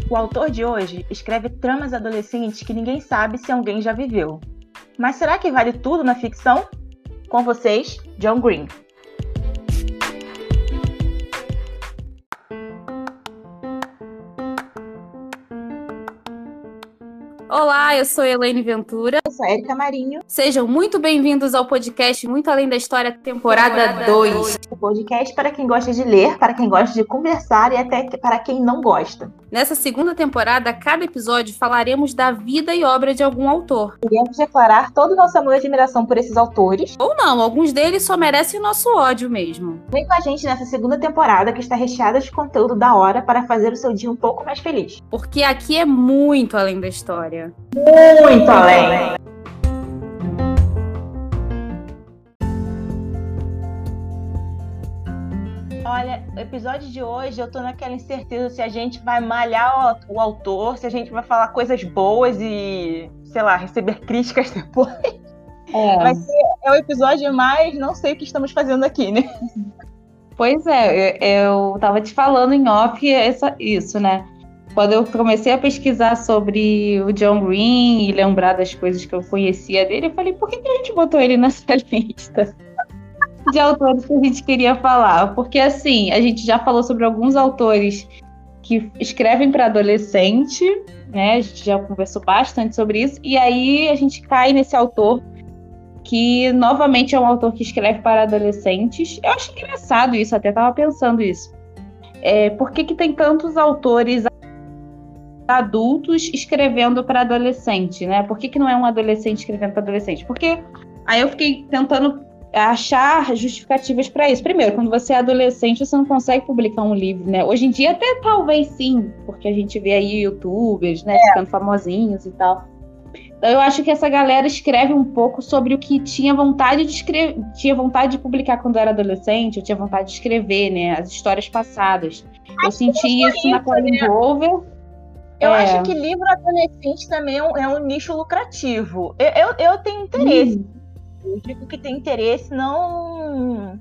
O autor de hoje escreve tramas adolescentes que ninguém sabe se alguém já viveu. Mas será que vale tudo na ficção? Com vocês, John Green. Olá, eu sou Elaine Ventura. Eu sou Érica Marinho. Sejam muito bem-vindos ao podcast Muito Além da História, temporada 2. O podcast para quem gosta de ler, para quem gosta de conversar e até para quem não gosta. Nessa segunda temporada, a cada episódio falaremos da vida e obra de algum autor. Iremos declarar todo o nosso amor e admiração por esses autores. Ou não, alguns deles só merecem o nosso ódio mesmo. Vem com a gente nessa segunda temporada que está recheada de conteúdo da hora para fazer o seu dia um pouco mais feliz. Porque aqui é muito além da história. Muito além! Olha, o episódio de hoje eu tô naquela incerteza se a gente vai malhar o autor, se a gente vai falar coisas boas e, sei lá, receber críticas depois. Vai ser o episódio mais não sei o que estamos fazendo aqui, né? Pois é, eu tava te falando em off isso, né? Quando eu comecei a pesquisar sobre o John Green e lembrar das coisas que eu conhecia dele, eu falei, por que a gente botou ele nessa lista de autores que a gente queria falar? Porque, assim, a gente já falou sobre alguns autores que escrevem para adolescente, né? A gente já conversou bastante sobre isso, e aí a gente cai nesse autor que, novamente, é um autor que escreve para adolescentes. Eu acho engraçado isso, até estava pensando isso. Por que tem tantos autores adultos escrevendo para adolescente, né? Por que não é um adolescente escrevendo para adolescente? Porque aí eu fiquei tentando achar justificativas para isso. Primeiro, quando você é adolescente, você não consegue publicar um livro, né? Hoje em dia até talvez sim, porque a gente vê aí youtubers, né, ficando famosinhos e tal. Então eu acho que essa galera escreve um pouco sobre o que tinha vontade de escrever, tinha vontade de publicar quando era adolescente, eu tinha vontade de escrever, né, as histórias passadas. Eu senti isso na Colleen Hoover. Eu acho que livro adolescente também é um nicho lucrativo. Eu tenho interesse. Eu digo que tem interesse não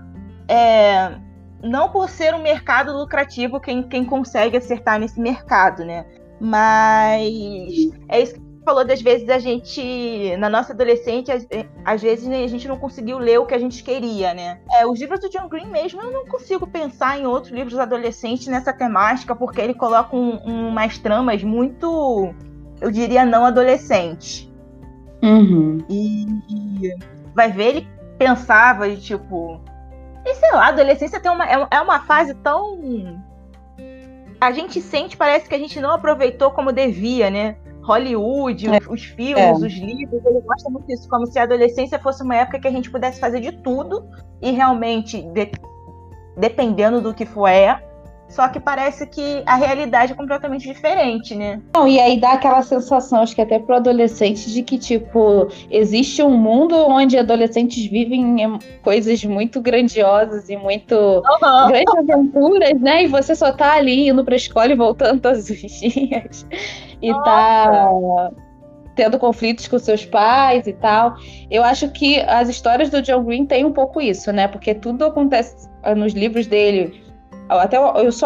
por ser um mercado lucrativo quem consegue acertar nesse mercado, né? Mas é isso que você falou, das vezes a gente, na nossa adolescência, às vezes a gente não conseguiu ler o que a gente queria, né? Os livros do John Green mesmo, eu não consigo pensar em outros livros adolescentes nessa temática, porque ele coloca umas tramas muito, eu diria, não adolescentes. Uhum. E vai ver, ele pensava de tipo... E sei lá, a adolescência é uma fase tão... A gente sente, parece que a gente não aproveitou como devia, né? Hollywood, os filmes, os livros, ele gosta muito disso, como se a adolescência fosse uma época que a gente pudesse fazer de tudo e realmente, dependendo do que for, só que parece que a realidade é completamente diferente, né? Não, e aí dá aquela sensação, acho que até pro adolescente, de que, tipo, existe um mundo onde adolescentes vivem coisas muito grandiosas e muito grandes aventuras, né? E você só tá ali indo pra escola e voltando todos os dias. E tá tendo conflitos com seus pais e tal. Eu acho que as histórias do John Green têm um pouco isso, né? Porque tudo acontece nos livros dele. Até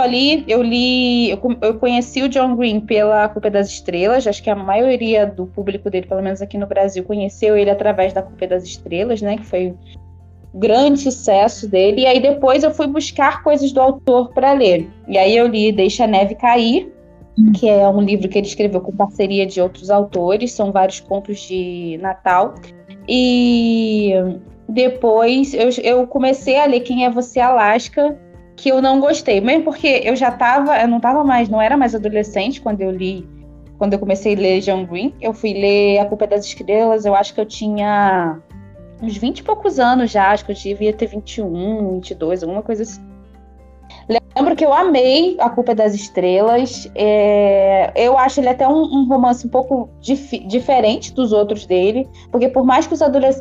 eu conheci o John Green pela A Culpa é das Estrelas. Acho que a maioria do público dele, pelo menos aqui no Brasil, conheceu ele através da Culpa é das Estrelas, né? Que foi um grande sucesso dele. E aí depois eu fui buscar coisas do autor para ler. E aí eu li Deixa a Neve Cair, que é um livro que ele escreveu com parceria de outros autores. São vários contos de Natal. E depois eu comecei a ler Quem é Você, Alaska, que eu não gostei, mesmo porque não era mais adolescente quando eu comecei a ler John Green. Eu fui ler A Culpa é das Estrelas, eu acho que eu tinha uns 20 e poucos anos já, acho que eu devia ter 21, 22, alguma coisa assim. Lembro que eu amei A Culpa é das Estrelas, eu acho ele até um romance um pouco diferente dos outros dele, porque por mais que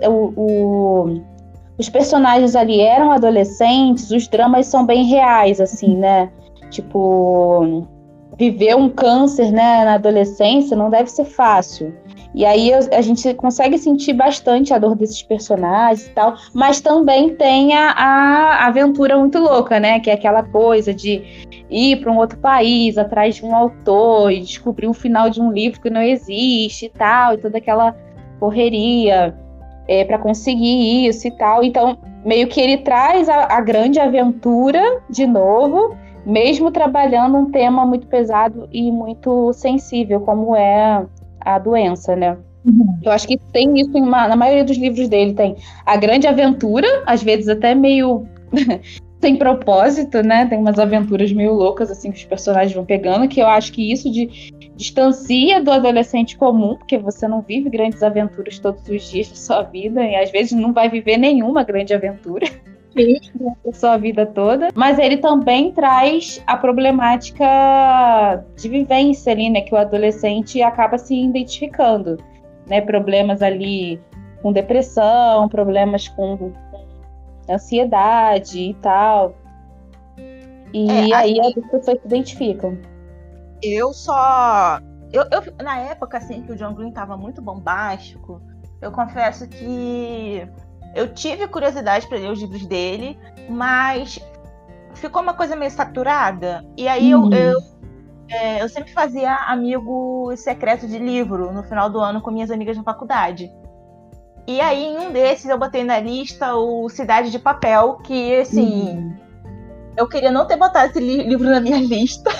os personagens ali eram adolescentes, os dramas são bem reais, assim, né? Tipo, viver um câncer, né, na adolescência não deve ser fácil. E aí a gente consegue sentir bastante a dor desses personagens e tal, mas também tem a aventura muito louca, né? Que é aquela coisa de ir para um outro país atrás de um autor e descobrir o final de um livro que não existe e tal, e toda aquela correria para conseguir isso e tal. Então, meio que ele traz a grande aventura de novo, mesmo trabalhando um tema muito pesado e muito sensível, como é a doença, né? Eu acho que tem isso na maioria dos livros dele, tem a grande aventura, às vezes até meio sem propósito, né? Tem umas aventuras meio loucas, assim, que os personagens vão pegando, que eu acho que isso distancia do adolescente comum, porque você não vive grandes aventuras todos os dias da sua vida, e às vezes não vai viver nenhuma grande aventura. A sua vida toda, mas ele também traz a problemática de vivência ali, né, que o adolescente acaba se identificando, né, problemas ali com depressão, problemas com ansiedade e tal, e aí as pessoas se identificam. Eu na época, assim, que o John Green tava muito bombástico, eu confesso que eu tive curiosidade para ler os livros dele, mas ficou uma coisa meio saturada. E aí eu sempre fazia amigo secreto de livro no final do ano com minhas amigas na faculdade. E aí, em um desses, eu botei na lista o Cidade de Papel, que, assim, eu queria não ter botado esse livro na minha lista.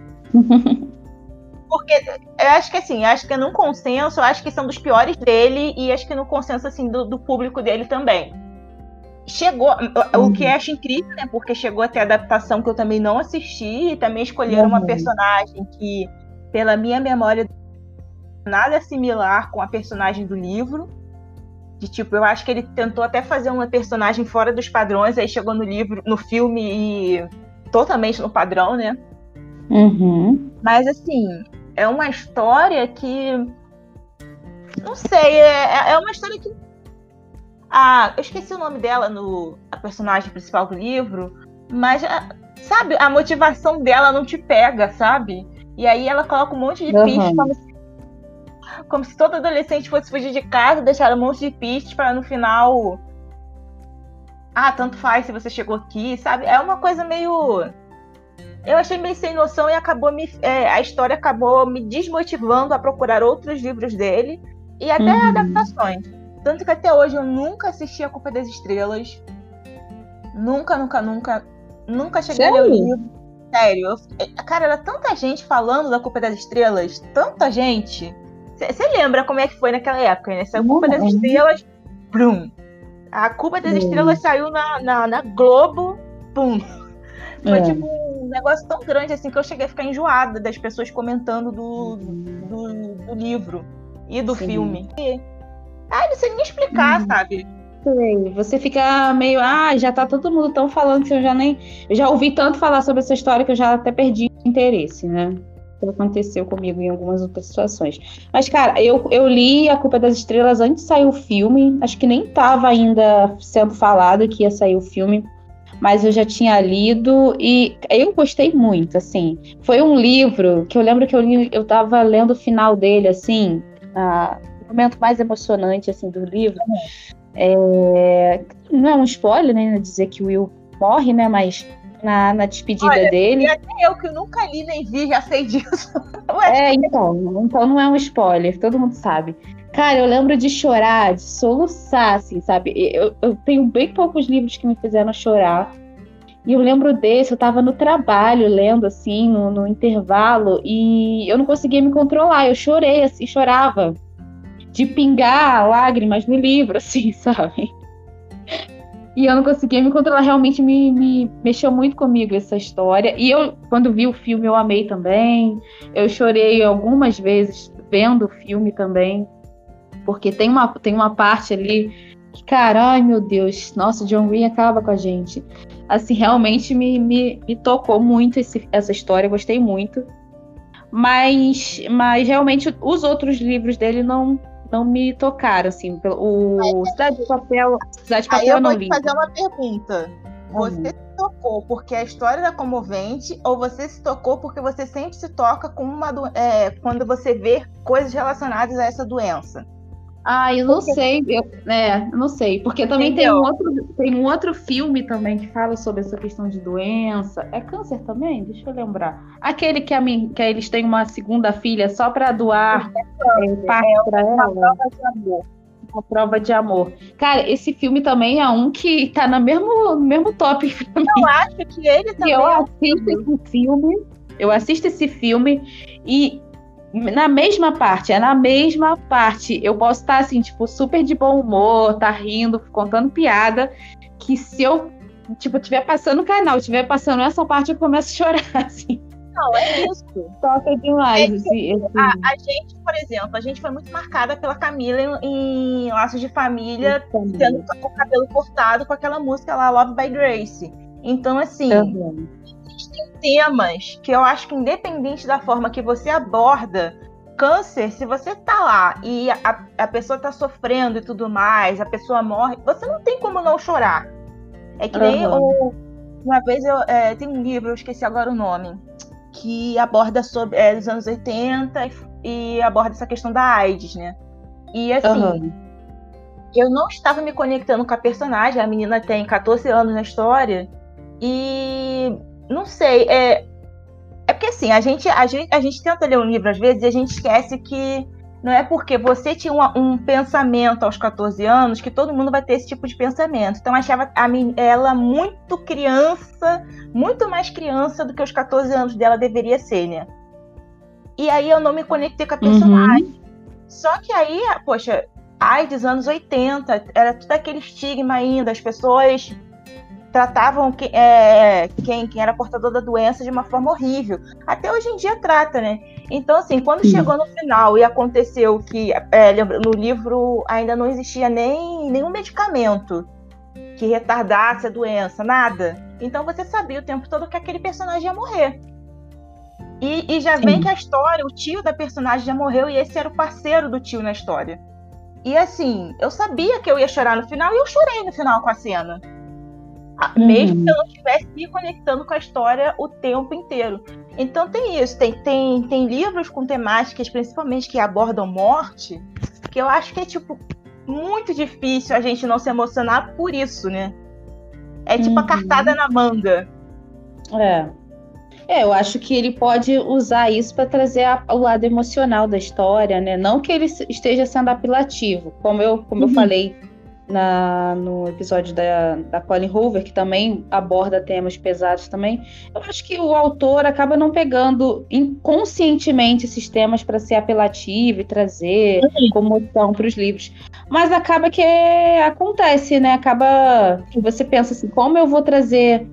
Porque eu acho que, assim, num consenso, eu acho que são dos piores dele, e acho que no consenso, assim, do público dele também. Chegou, o que eu acho incrível, né, porque chegou até a adaptação que eu também não assisti, e também escolheram uma personagem que, pela minha memória, nada similar com a personagem do livro. De, tipo, eu acho que ele tentou até fazer uma personagem fora dos padrões, aí chegou no filme e totalmente no padrão, né? Mas, assim, é uma história que... Não sei, é uma história que... eu esqueci o nome dela, a personagem principal do livro, mas, sabe, a motivação dela não te pega, sabe? E aí ela coloca um monte de pistas, como se todo adolescente fosse fugir de casa, deixar um monte de pistas para no final... tanto faz se você chegou aqui, sabe? É uma coisa meio... Eu achei meio sem noção e a história acabou me desmotivando a procurar outros livros dele e até adaptações. Tanto que até hoje eu nunca assisti A Culpa das Estrelas. Nunca cheguei a ler o livro. Sério. Cara, era tanta gente falando da Culpa das Estrelas. Tanta gente. Você lembra como é que foi naquela época, né? A Culpa das Estrelas, brum. A Culpa das Estrelas saiu na Globo, pum. Foi tipo um negócio tão grande assim que eu cheguei a ficar enjoada das pessoas comentando do livro e do filme. Não sei nem explicar, sabe? Você fica meio, já tá todo mundo tão falando que eu já ouvi tanto falar sobre essa história que eu já até perdi o interesse, né? Que aconteceu comigo em algumas outras situações. Mas, cara, eu li A Culpa das Estrelas antes de sair o filme, acho que nem tava ainda sendo falado que ia sair o filme, mas eu já tinha lido e eu gostei muito, assim. Foi um livro que eu lembro que eu tava lendo o final dele, assim, o momento mais emocionante, assim, do livro. Não é um spoiler, né, dizer que o Will morre, né, mas na despedida dele... Até eu que nunca li nem vi, já sei disso. Então não é um spoiler, todo mundo sabe. Cara, eu lembro de chorar, de soluçar, assim, sabe? Eu tenho bem poucos livros que me fizeram chorar. E eu lembro desse, eu tava no trabalho lendo, assim, no intervalo, e eu não conseguia me controlar. Eu chorei, assim, chorava. De pingar lágrimas no livro, assim, sabe? E eu não conseguia me controlar. Realmente me mexeu muito comigo essa história. E eu, quando vi o filme, eu amei também. Eu chorei algumas vezes vendo o filme também. Porque tem uma parte ali que, cara, ai meu Deus, nossa, John Green acaba com a gente. Assim, realmente me tocou muito essa história, eu gostei muito. Mas realmente os outros livros dele não me tocaram, assim. O Cidade de Papel eu não li. Aí eu vou te fazer uma pergunta. Você tocou porque a história era comovente, ou você se tocou porque você sempre se toca com quando você vê coisas relacionadas a essa doença? Eu não sei, eu não sei, porque também tem um outro filme também que fala sobre essa questão de doença. É câncer também? Deixa eu lembrar. Aquele que eles têm uma segunda filha só para doar parte para ela. Prova de amor. Uma prova de amor. Cara, esse filme também é um que tá no mesmo tópico pra mim. Eu acho que ele também. Eu assisto esse filme e na mesma parte, eu posso estar assim, tipo, super de bom humor, tá rindo, contando piada, que se eu, tipo, estiver passando o canal, estiver passando essa parte, eu começo a chorar, assim. Não, é isso. Toca demais. A gente, por exemplo, a gente foi muito marcada pela Camila em Laços de Família, tendo o cabelo cortado com aquela música lá, Love by Grace. Então, assim, existem temas que eu acho que, independente da forma que você aborda, câncer, se você tá lá e a pessoa tá sofrendo e tudo mais, a pessoa morre, você não tem como não chorar. É que nem uma vez tem um livro, eu esqueci agora o nome, que aborda sobre os anos 80 e aborda essa questão da AIDS, né? E assim, eu não estava me conectando com a personagem, a menina tem 14 anos na história, e não sei, é porque assim, a gente tenta ler um livro às vezes e a gente esquece que não é porque você tinha um pensamento aos 14 anos que todo mundo vai ter esse tipo de pensamento. Então eu achava ela muito criança, muito mais criança do que os 14 anos dela deveria ser, né? E aí eu não me conectei com a personagem. Só que aí, poxa, AIDS, anos 80, era tudo aquele estigma ainda, as pessoas tratavam quem era portador da doença de uma forma horrível. Até hoje em dia trata, né? Então, assim, quando chegou no final e aconteceu que no livro ainda não existia nenhum medicamento que retardasse a doença, nada. Então você sabia o tempo todo que aquele personagem ia morrer. E já vem que a história, o tio da personagem já morreu e esse era o parceiro do tio na história. E assim, eu sabia que eu ia chorar no final e eu chorei no final com a cena. Mesmo que eu não estivesse me conectando com a história o tempo inteiro. Então tem isso, tem livros com temáticas, principalmente que abordam morte, que eu acho que é tipo muito difícil a gente não se emocionar por isso, né? É tipo a cartada na manga. Eu acho que ele pode usar isso para trazer o lado emocional da história, né? Não que ele esteja sendo apelativo, como eu falei no episódio da Colleen Hoover, que também aborda temas pesados também. Eu acho que o autor acaba não pegando inconscientemente esses temas para ser apelativo e trazer comoção para os livros. Mas acaba que acontece, né? Acaba que você pensa assim, como eu vou trazer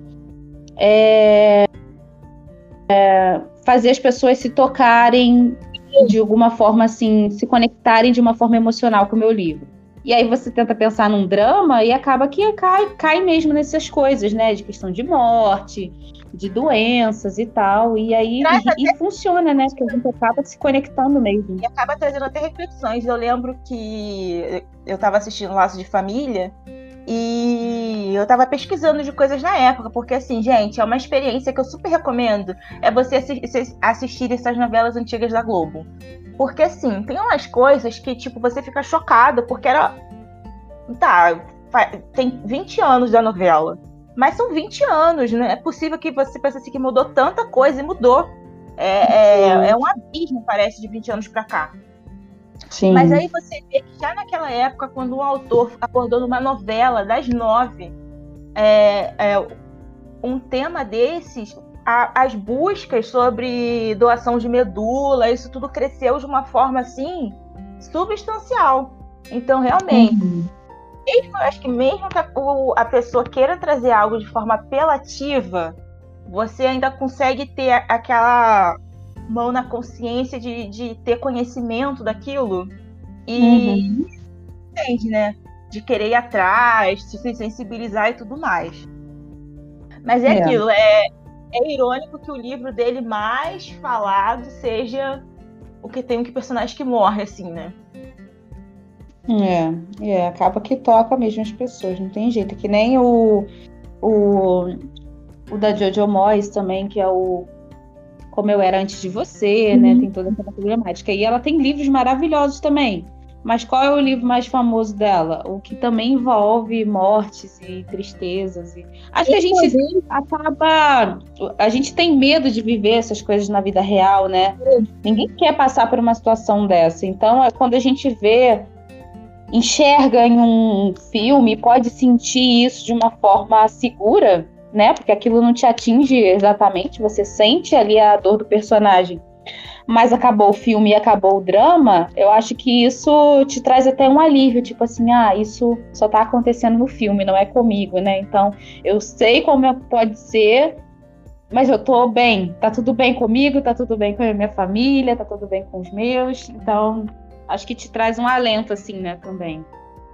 fazer as pessoas se tocarem de alguma forma, assim, se conectarem de uma forma emocional com o meu livro. E aí você tenta pensar num drama e acaba que cai mesmo nessas coisas, né? De questão de morte, de doenças e tal. E aí funciona, né? Porque a gente acaba se conectando mesmo. E acaba trazendo até reflexões. Eu lembro que eu estava assistindo Laços de Família e eu estava pesquisando de coisas na época, porque assim, gente, é uma experiência que eu super recomendo, é você assistir essas novelas antigas da Globo. Porque assim, tem umas coisas que tipo, você fica chocado, porque tem 20 anos da novela, mas são 20 anos, não é possível que você pense assim que mudou tanta coisa, e mudou. É um abismo, parece, de 20 anos pra cá. Sim. Mas aí você vê que já naquela época, quando o autor abordou numa novela das 9 um tema desses, as buscas sobre doação de medula, isso tudo cresceu de uma forma assim substancial. Então, realmente, eu acho que mesmo que a pessoa queira trazer algo de forma apelativa, você ainda consegue ter aquela mão na consciência de ter conhecimento daquilo e entende, né? De querer ir atrás, se sensibilizar e tudo mais. Mas aquilo, é irônico que o livro dele mais falado seja o que tem um personagem que morre, assim, né? Acaba que toca mesmo as pessoas, não tem jeito. Que nem o o da Jojo Moyes também, que é o Como Eu Era Antes de Você, né? Tem toda essa problemática. E ela tem livros maravilhosos também. Mas qual é o livro mais famoso dela? O que também envolve mortes e tristezas. Acho que a gente acaba... A gente tem medo de viver essas coisas na vida real, né? Ninguém quer passar por uma situação dessa. Então, quando a gente enxerga em um filme, pode sentir isso de uma forma segura, né? Porque aquilo não te atinge exatamente. Você sente ali a dor do personagem. Mas acabou o filme e acabou o drama, eu acho que isso te traz até um alívio, tipo assim, isso só tá acontecendo no filme, não é comigo, né? Então, eu sei como pode ser, mas eu tô bem, tá tudo bem comigo, tá tudo bem com a minha família, tá tudo bem com os meus, então, acho que te traz um alento, assim, né, também.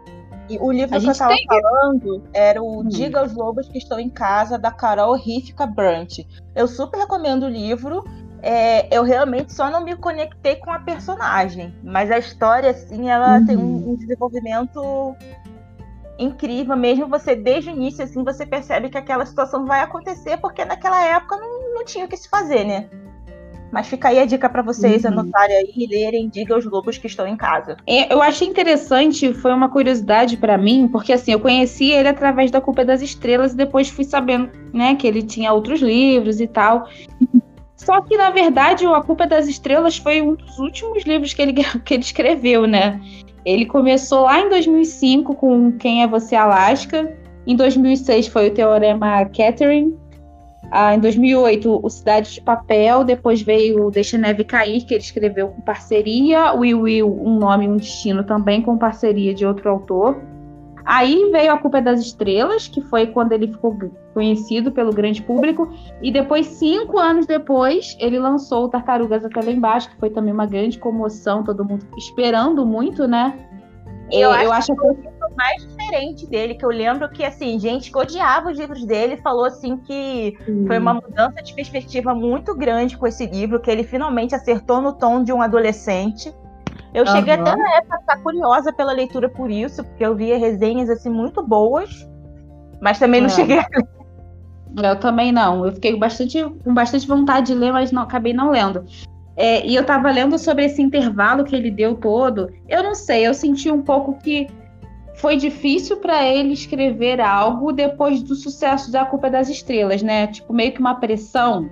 E o livro que eu tava falando era o Diga aos Lobos que Estão em Casa, da Carol Rifka Brant. Eu super recomendo o livro. Eu realmente só não me conectei com a personagem, mas a história, assim, ela tem um desenvolvimento incrível, mesmo você, desde o início, assim, você percebe que aquela situação vai acontecer, porque naquela época não tinha o que se fazer, né? Mas fica aí a dica para vocês anotarem aí e lerem Diga aos Lobos que Estão em Casa. Eu achei interessante, foi uma curiosidade para mim, porque assim, eu conheci ele através da Culpa das Estrelas e depois fui sabendo, né, que ele tinha outros livros e tal. Só que, na verdade, A Culpa das Estrelas foi um dos últimos livros que ele escreveu, né? Ele começou lá em 2005 com Quem é Você, Alaska. Em 2006 foi o Teorema Catherine. Em 2008, o Cidade de Papel. Depois veio Deixa a Neve Cair, que ele escreveu com parceria. Will, Um Nome e um Destino, também com parceria de outro autor. Aí veio A Culpa das Estrelas, que foi quando ele ficou conhecido pelo grande público. E depois, 5 anos depois, ele lançou o Tartarugas Até Lá Embaixo, que foi também uma grande comoção, todo mundo esperando muito, né? Eu acho que foi o livro mais diferente dele, que eu lembro que, assim, gente que odiava os livros dele falou, assim, que foi uma mudança de perspectiva muito grande com esse livro, que ele finalmente acertou no tom de um adolescente. Eu cheguei até na época a ficar curiosa pela leitura por isso, porque eu via resenhas assim muito boas, mas também não cheguei a ler. Eu também não. Eu fiquei com bastante vontade de ler, mas acabei não lendo. E eu estava lendo sobre esse intervalo que ele deu todo. Eu não sei, eu senti um pouco que foi difícil para ele escrever algo depois do sucesso da Culpa das Estrelas, né? Tipo, meio que uma pressão.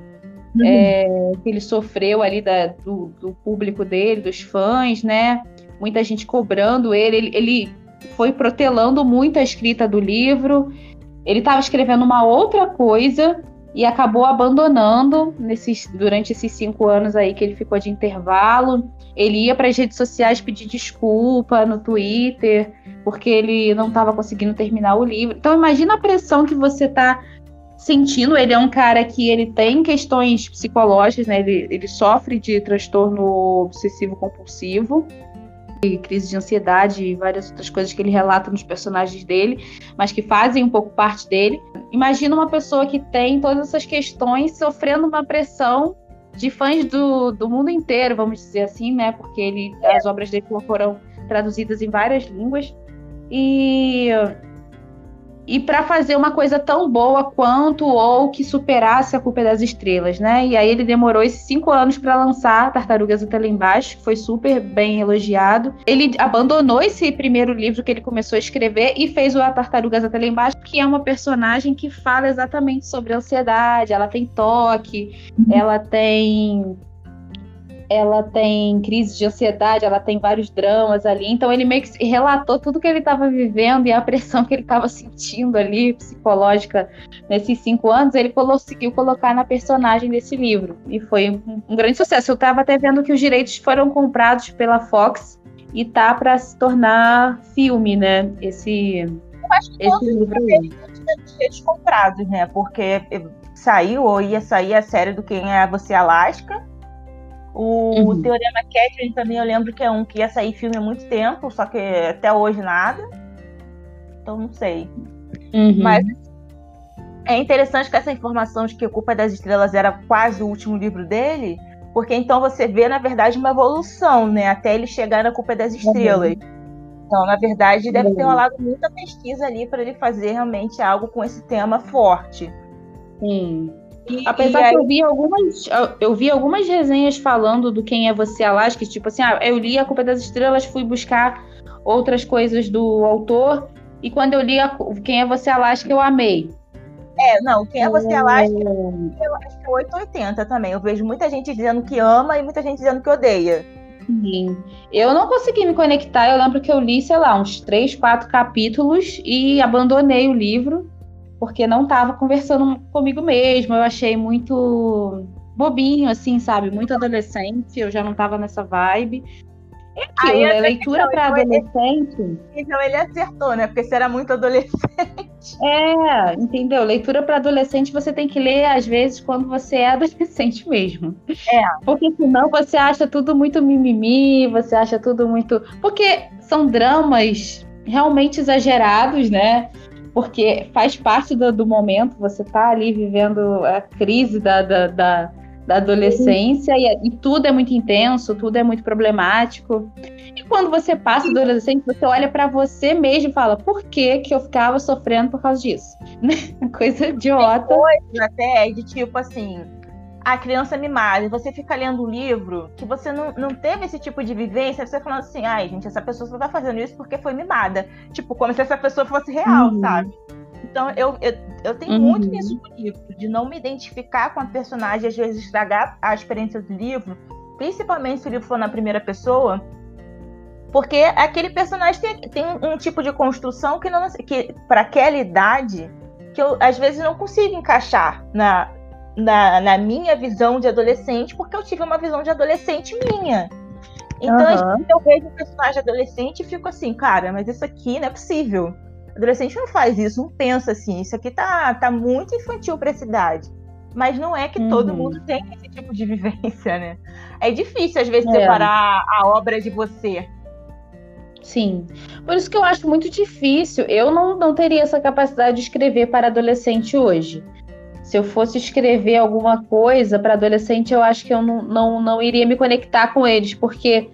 Que ele sofreu ali do público dele, dos fãs, né? Muita gente cobrando ele. Ele foi protelando muito a escrita do livro. Ele estava escrevendo uma outra coisa e acabou abandonando durante esses 5 anos aí que ele ficou de intervalo. Ele ia para as redes sociais pedir desculpa no Twitter, porque ele não estava conseguindo terminar o livro. Então, imagina a pressão que você está sentindo. Ele é um cara que ele tem questões psicológicas, né? Ele sofre de transtorno obsessivo-compulsivo, crise de ansiedade e várias outras coisas que ele relata nos personagens dele, mas que fazem um pouco parte dele. Imagina uma pessoa que tem todas essas questões sofrendo uma pressão de fãs do mundo inteiro, vamos dizer assim, né? Porque as obras dele foram traduzidas em várias línguas. E para fazer uma coisa tão boa quanto ou que superasse A Culpa das Estrelas, né? E aí ele demorou esses 5 anos para lançar Tartarugas Até Lá Embaixo, que foi super bem elogiado. Ele abandonou esse primeiro livro que ele começou a escrever e fez o A Tartarugas Até Lá Embaixo, que é uma personagem que fala exatamente sobre ansiedade. Ela tem toque, ela tem crise de ansiedade, ela tem vários dramas ali. Então ele meio que relatou tudo que ele estava vivendo e a pressão que ele estava sentindo ali, psicológica, nesses 5 anos, ele conseguiu colocar na personagem desse livro. E foi um grande sucesso. Eu estava até vendo que os direitos foram comprados pela Fox e tá para se tornar filme, né? Eu acho que esse livro aí direitos comprados, né? Porque saiu ou ia sair a série do Quem é Você, Alaska. O Teorema Catherine também eu lembro que é um que ia sair filme há muito tempo, só que até hoje nada. Então não sei. Mas é interessante que essa informação de que A Culpa das Estrelas era quase o último livro dele, porque então você vê, na verdade, uma evolução, né? Até ele chegar na Culpa das Estrelas. Então, na verdade, deve ter rolado muita pesquisa ali para ele fazer realmente algo com esse tema forte. Sim. E Apesar aí, que eu vi algumas resenhas falando do Quem é Você, Alaska, tipo assim, eu li A Culpa é das Estrelas, fui buscar outras coisas do autor, e quando eu li Quem é Você, Alaska, eu amei. não, quem é você, Alaska? Eu acho que é 880 também. Eu vejo muita gente dizendo que ama e muita gente dizendo que odeia. Sim. Eu não consegui me conectar, eu lembro que eu li, sei lá, uns 3, 4 capítulos e abandonei o livro, porque não estava conversando comigo mesmo, eu achei muito bobinho, assim, sabe? Muito adolescente, eu já não estava nessa vibe. É Aí aquilo, né? até Leitura para adolescente. então ele acertou, né? Porque você era muito adolescente. Entendeu? Leitura para adolescente você tem que ler, às vezes, quando você é adolescente mesmo. É. Porque senão você acha tudo muito mimimi, você acha tudo muito. Porque são dramas realmente exagerados, né? Porque faz parte do momento, você tá ali vivendo a crise da adolescência e tudo é muito intenso, tudo é muito problemático. E quando você passa do adolescente, você olha pra você mesmo e fala: por que que eu ficava sofrendo por causa disso? Coisa idiota. Tem coisas até de tipo assim, a criança mimada, e você fica lendo um livro que você não teve esse tipo de vivência, você falando assim, ai, gente, essa pessoa só tá fazendo isso porque foi mimada. Tipo, como se essa pessoa fosse real, sabe? Então, eu tenho muito isso no livro, de não me identificar com a personagem, às vezes estragar a experiência do livro, principalmente se o livro for na primeira pessoa, porque aquele personagem tem um tipo de construção que para aquela idade, que eu, às vezes, não consigo encaixar na minha visão de adolescente, porque eu tive uma visão de adolescente minha. Então, às vezes, eu vejo um personagem adolescente e fico assim, cara, mas isso aqui não é possível. Adolescente não faz isso, não pensa assim. Isso aqui tá muito infantil para essa idade. Mas não é que todo mundo tem esse tipo de vivência, né? É difícil, às vezes, separar a obra de você. Sim. Por isso que eu acho muito difícil. Eu não teria essa capacidade de escrever para adolescente hoje. Se eu fosse escrever alguma coisa para adolescente, eu acho que eu não iria me conectar com eles, porque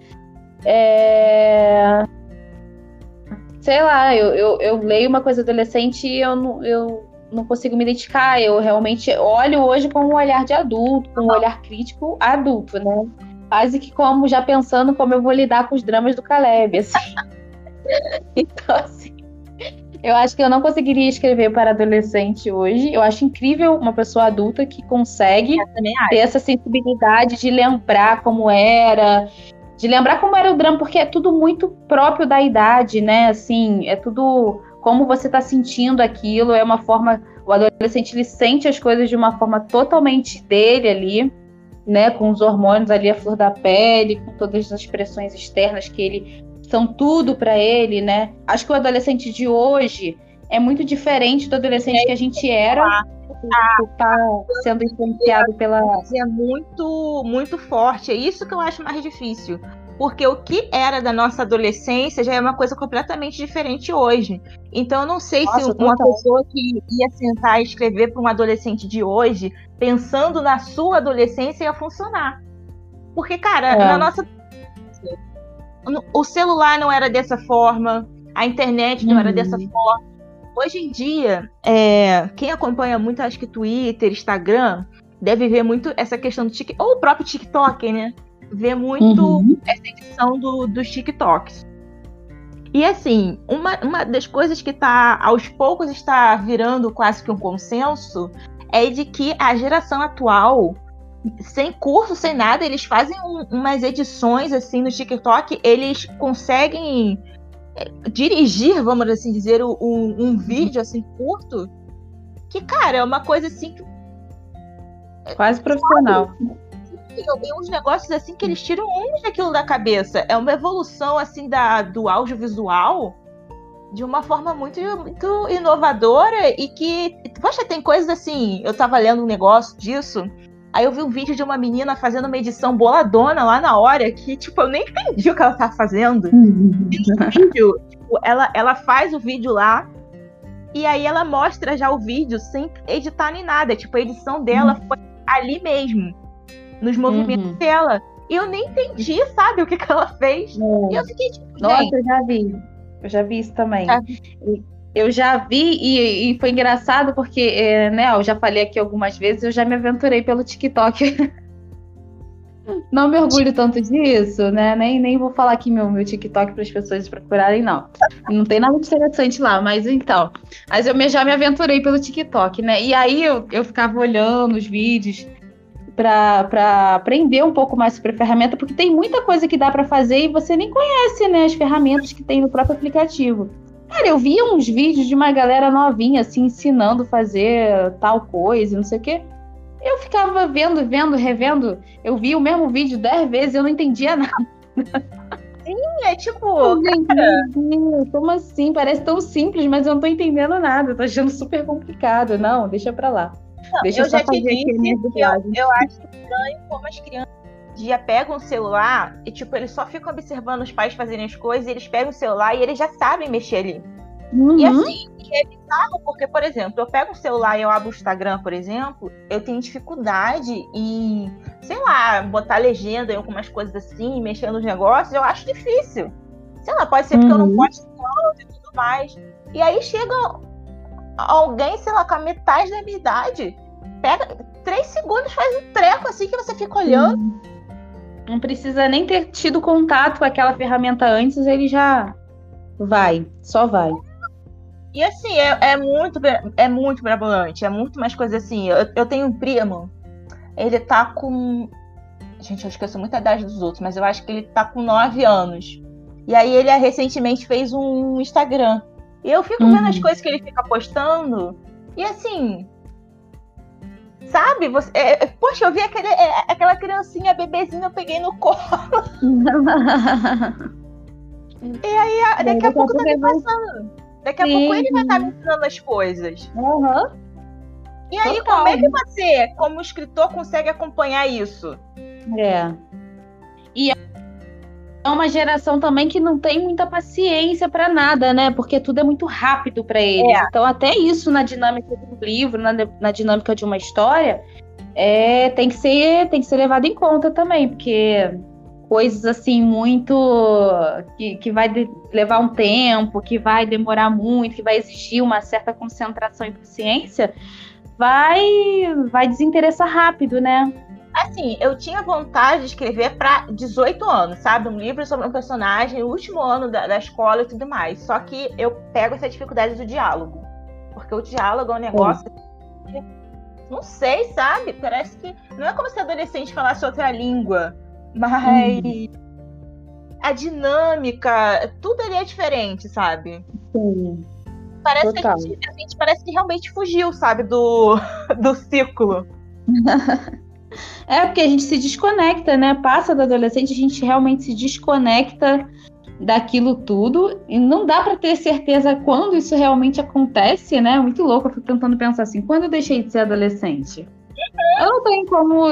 sei lá, eu leio uma coisa adolescente e eu não consigo me identificar. Eu realmente olho hoje com um olhar de adulto, com um olhar crítico adulto, né? Quase que como já pensando como eu vou lidar com os dramas do Caleb, assim. Então, assim, eu acho que eu não conseguiria escrever para adolescente hoje. Eu acho incrível uma pessoa adulta que consegue ter essa sensibilidade de lembrar como era, o drama, porque é tudo muito próprio da idade, né? Assim, é tudo como você está sentindo aquilo, é uma forma. O adolescente ele sente as coisas de uma forma totalmente dele ali, né? Com os hormônios ali à flor da pele, com todas as expressões externas que ele são tudo para ele, né? Acho que o adolescente de hoje é muito diferente do adolescente que a gente era, que está sendo influenciado pela... É muito, muito forte. É isso que eu acho mais difícil. Porque o que era da nossa adolescência já é uma coisa completamente diferente hoje. Então eu não sei se uma pessoa que ia sentar e escrever para um adolescente de hoje, pensando na sua adolescência, ia funcionar. Porque, cara, na nossa... O celular não era dessa forma, a internet não era dessa forma. Hoje em dia, quem acompanha muito, acho que Twitter, Instagram, deve ver muito essa questão do TikTok, ou o próprio TikTok, né? Vê muito essa edição dos TikToks. E assim, uma das coisas que aos poucos está virando quase que um consenso é de que a geração atual, sem curso, sem nada, eles fazem umas edições assim no TikTok, eles conseguem dirigir, vamos assim dizer, um vídeo assim curto, que, cara, é uma coisa assim quase profissional. Eu vi uns negócios assim que eles tiram daquilo da cabeça. É uma evolução assim do audiovisual de uma forma muito, muito inovadora e que, poxa, tem coisas assim. Eu tava lendo um negócio disso. Aí eu vi um vídeo de uma menina fazendo uma edição boladona lá na hora, que, tipo, eu nem entendi o que ela tava fazendo. E no vídeo, tipo, ela faz o vídeo lá, e aí ela mostra já o vídeo sem editar nem nada. Tipo, a edição dela foi ali mesmo, nos movimentos dela. E eu nem entendi, sabe, o que ela fez. E eu fiquei tipo, nossa, gente... eu já vi isso também. Eu já vi e foi engraçado porque, né, eu já falei aqui algumas vezes, eu já me aventurei pelo TikTok. Não me orgulho tanto disso, né? Nem vou falar aqui meu TikTok para as pessoas procurarem, não. Não tem nada de interessante lá, mas então. Mas já me aventurei pelo TikTok, né? E aí eu ficava olhando os vídeos para aprender um pouco mais sobre a ferramenta, porque tem muita coisa que dá para fazer e você nem conhece, né? As ferramentas que tem no próprio aplicativo. Cara, eu via uns vídeos de uma galera novinha, assim, ensinando a fazer tal coisa, não sei o quê. Eu ficava vendo, revendo. Eu vi o mesmo vídeo 10 vezes e eu não entendia nada. É tipo, Gente, meu Deus, como assim? Parece tão simples, mas eu não tô entendendo nada. Eu tô achando super complicado. Não, deixa pra lá. Deixa eu eu só já te fazer aqui a minha disse que dublagem. eu acho estranho como as crianças dia pegam o celular e, tipo, eles só ficam observando os pais fazerem as coisas, e eles pegam o celular e eles já sabem mexer ali. E assim, é bizarro, porque, por exemplo, eu pego o celular e eu abro o Instagram, por exemplo, eu tenho dificuldade em, sei lá, botar legenda em algumas coisas assim, mexer nos negócios, eu acho difícil. Sei lá, pode ser porque eu não posto tanto e tudo mais. E aí chega alguém, sei lá, com a metade da minha idade, pega 3 segundos, faz um treco assim que você fica olhando. Não precisa nem ter tido contato com aquela ferramenta antes, ele já vai, só vai. E assim, é muito mirabolante, é muito mais coisa assim. Eu tenho um primo, ele tá com. Gente, eu esqueço muito a idade dos outros, mas eu acho que ele tá com 9 anos. E aí ele recentemente fez um Instagram. E eu fico vendo as coisas que ele fica postando, e assim. Sabe? Poxa, eu vi aquela criancinha, bebezinha, eu peguei no colo. E aí, daqui a pouco tá me passando. Daqui a pouco ele vai estar me ensinando as coisas. E aí, Total. como é que você, como escritor, consegue acompanhar isso? E é uma geração também que não tem muita paciência para nada, né? Porque tudo é muito rápido para eles. Então, até isso na dinâmica do livro, na dinâmica de uma história, tem que ser levado em conta também, porque coisas assim muito que vai levar um tempo, que vai demorar muito, que vai exigir uma certa concentração e paciência, vai desinteressar rápido, né? Assim, eu tinha vontade de escrever para 18 anos, sabe? Um livro sobre um personagem, no último ano da escola e tudo mais. Só que eu pego essa dificuldade do diálogo. Porque o diálogo é um negócio que, não sei, sabe? Parece que não é como se adolescente falasse outra língua, mas a dinâmica, tudo ali é diferente, sabe? Sim. Parece que a gente parece que realmente fugiu, sabe? Do ciclo. Porque a gente se desconecta, né? Passa da adolescente, a gente realmente se desconecta daquilo tudo e não dá para ter certeza quando isso realmente acontece, né? Muito louco, eu fico tentando pensar assim, quando eu deixei de ser adolescente? Eu não tenho como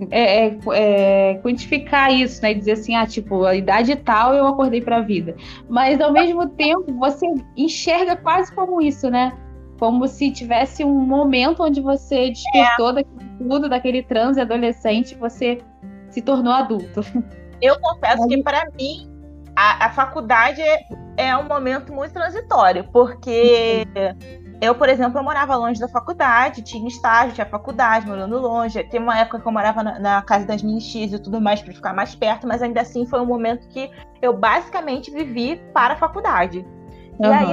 quantificar isso, né? Dizer assim, tipo, a idade tal eu acordei para a vida. Mas ao mesmo tempo você enxerga quase como isso, né? Como se tivesse um momento onde você despertou daquilo tudo, daquele transe adolescente, você se tornou adulto. Eu confesso que, para mim, a faculdade é um momento muito transitório, porque eu, por exemplo, eu morava longe da faculdade, tinha estágio, tinha faculdade, morando longe. Tem uma época que eu morava na casa das minhas tias e tudo mais, para ficar mais perto, mas ainda assim foi um momento que eu basicamente vivi para a faculdade. E aí